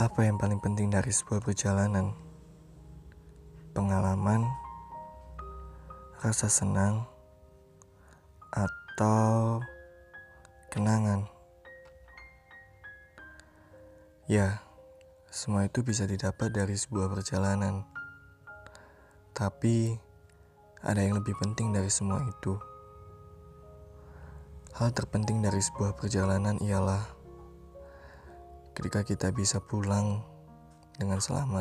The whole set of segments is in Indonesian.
Apa yang paling penting dari sebuah perjalanan? Pengalaman, rasa senang, atau kenangan? Ya, semua itu bisa didapat dari sebuah perjalanan. Tapi, ada yang lebih penting dari semua itu. Hal terpenting dari sebuah perjalanan ialah ketika kita bisa pulang dengan selamat.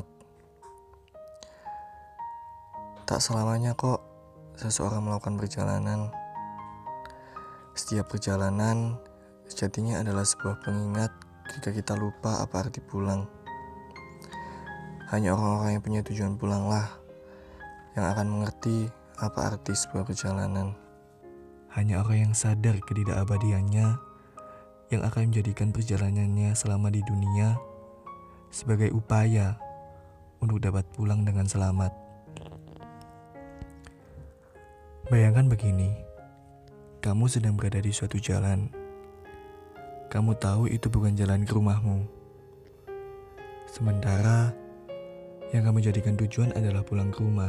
Tak selamanya kok seseorang melakukan perjalanan. Setiap perjalanan sejatinya adalah sebuah pengingat ketika kita lupa apa arti pulang. Hanya orang-orang yang punya tujuan pulanglah yang akan mengerti apa arti sebuah perjalanan. Hanya orang yang sadar ketidakabadiannya yang akan menjadikan perjalanannya selama di dunia sebagai upaya untuk dapat pulang dengan selamat. Bayangkan begini, kamu sedang berada di suatu jalan. Kamu tahu itu bukan jalan ke rumahmu. Sementara yang kamu jadikan tujuan adalah pulang ke rumah.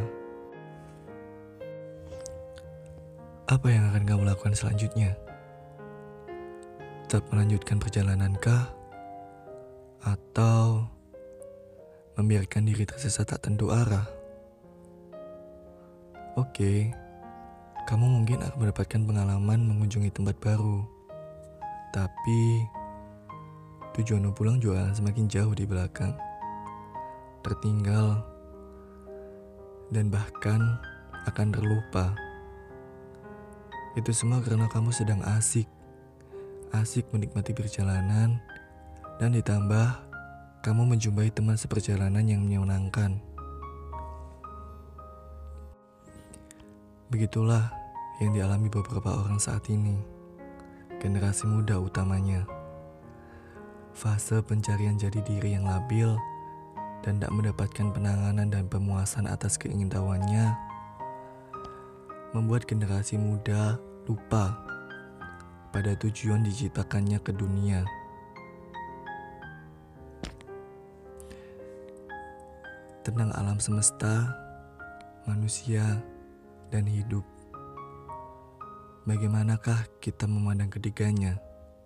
Apa yang akan kamu lakukan selanjutnya? Tetap melanjutkan perjalanankah? Atau membiarkan diri tersesat tak tentu arah? Oke, kamu mungkin akan mendapatkan pengalaman mengunjungi tempat baru. Tapi tujuanmu pulang juga akan semakin jauh di belakang. Tertinggal dan bahkan akan terlupa. Itu semua karena kamu sedang asik menikmati perjalanan, dan ditambah kamu menjumpai teman seperjalanan yang menyenangkan. Begitulah yang dialami beberapa orang saat ini, generasi muda utamanya. Fase pencarian jati diri yang labil dan tak mendapatkan penanganan dan pemuasan atas keingintahuannya membuat generasi muda lupa pada tujuan diciptakannya ke dunia. Tentang alam semesta, manusia, dan hidup. Bagaimanakah kita memandang ketiganya?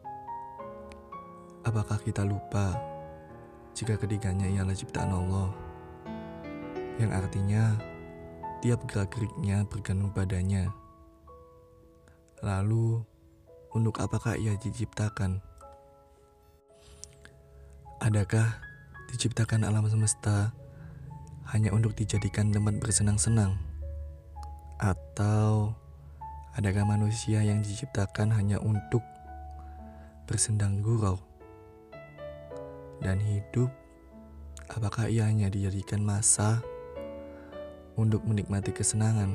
Apakah kita lupa jika ketiganya ialah ciptaan Allah, yang artinya tiap gerak-geriknya bergantung padanya? Lalu, untuk apakah ia diciptakan? Adakah diciptakan alam semesta hanya untuk dijadikan tempat bersenang-senang? Atau adakah manusia yang diciptakan hanya untuk bersendang gurau? Dan hidup, apakah ia hanya dijadikan masa untuk menikmati kesenangan?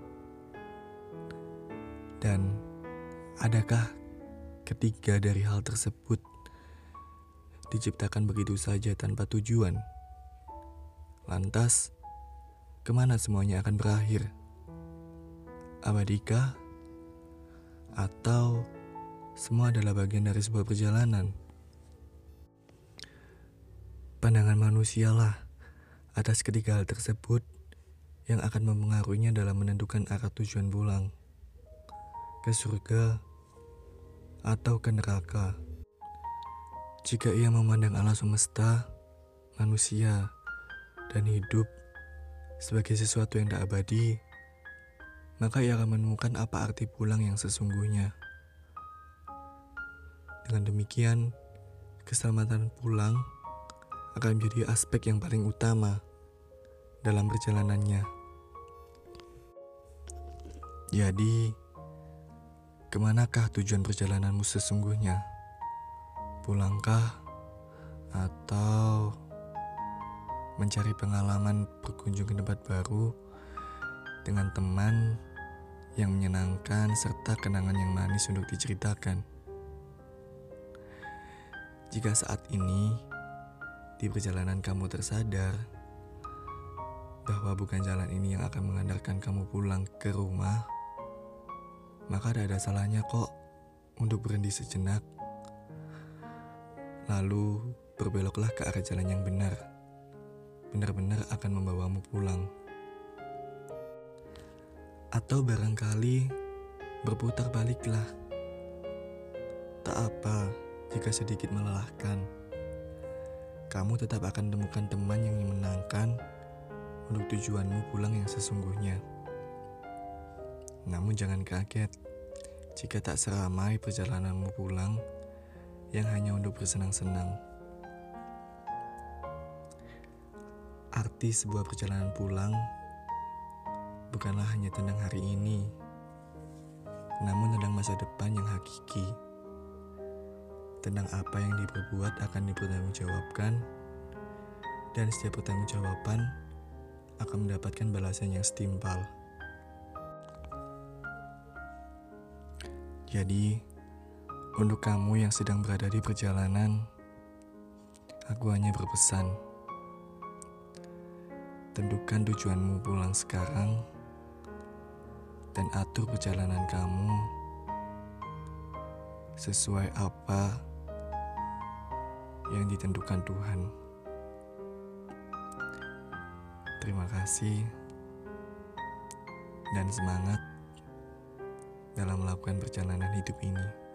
Dan adakah ketiga dari hal tersebut diciptakan begitu saja tanpa tujuan? Lantas, kemana semuanya akan berakhir? Abadikah? Atau semua adalah bagian dari sebuah perjalanan? Pandangan manusialah atas ketiga hal tersebut yang akan mempengaruhinya dalam menentukan arah tujuan pulang ke surga atau ke neraka. Jika ia memandang alam semesta, manusia, dan hidup sebagai sesuatu yang tak abadi, maka ia akan menemukan apa arti pulang yang sesungguhnya. Dengan demikian, keselamatan pulang akan menjadi aspek yang paling utama dalam perjalanannya. Jadi, kemanakah tujuan perjalananmu sesungguhnya? Pulangkah? Atau mencari pengalaman berkunjung ke tempat baru dengan teman yang menyenangkan serta kenangan yang manis untuk diceritakan? Jika saat ini di perjalanan kamu tersadar bahwa bukan jalan ini yang akan mengantarkan kamu pulang ke rumah, maka tak ada salahnya kok untuk berhenti sejenak, lalu berbeloklah ke arah jalan yang benar. Benar-benar akan membawamu pulang. Atau barangkali berputar baliklah. Tak apa jika sedikit melelahkan. Kamu tetap akan temukan teman yang menyenangkan untuk tujuanmu pulang yang sesungguhnya. Namun jangan kaget jika tak seramai perjalananmu pulang yang hanya untuk bersenang-senang. Arti sebuah perjalanan pulang bukanlah hanya tentang hari ini, namun tentang masa depan yang hakiki. Tentang apa yang diperbuat akan dipertanggungjawabkan, dan setiap pertanggungjawaban akan mendapatkan balasan yang setimpal. Jadi, untuk kamu yang sedang berada di perjalanan, aku hanya berpesan, tentukan tujuanmu pulang sekarang, dan atur perjalanan kamu sesuai apa yang ditentukan Tuhan. Terima kasih dan semangat dalam melakukan perjalanan hidup ini.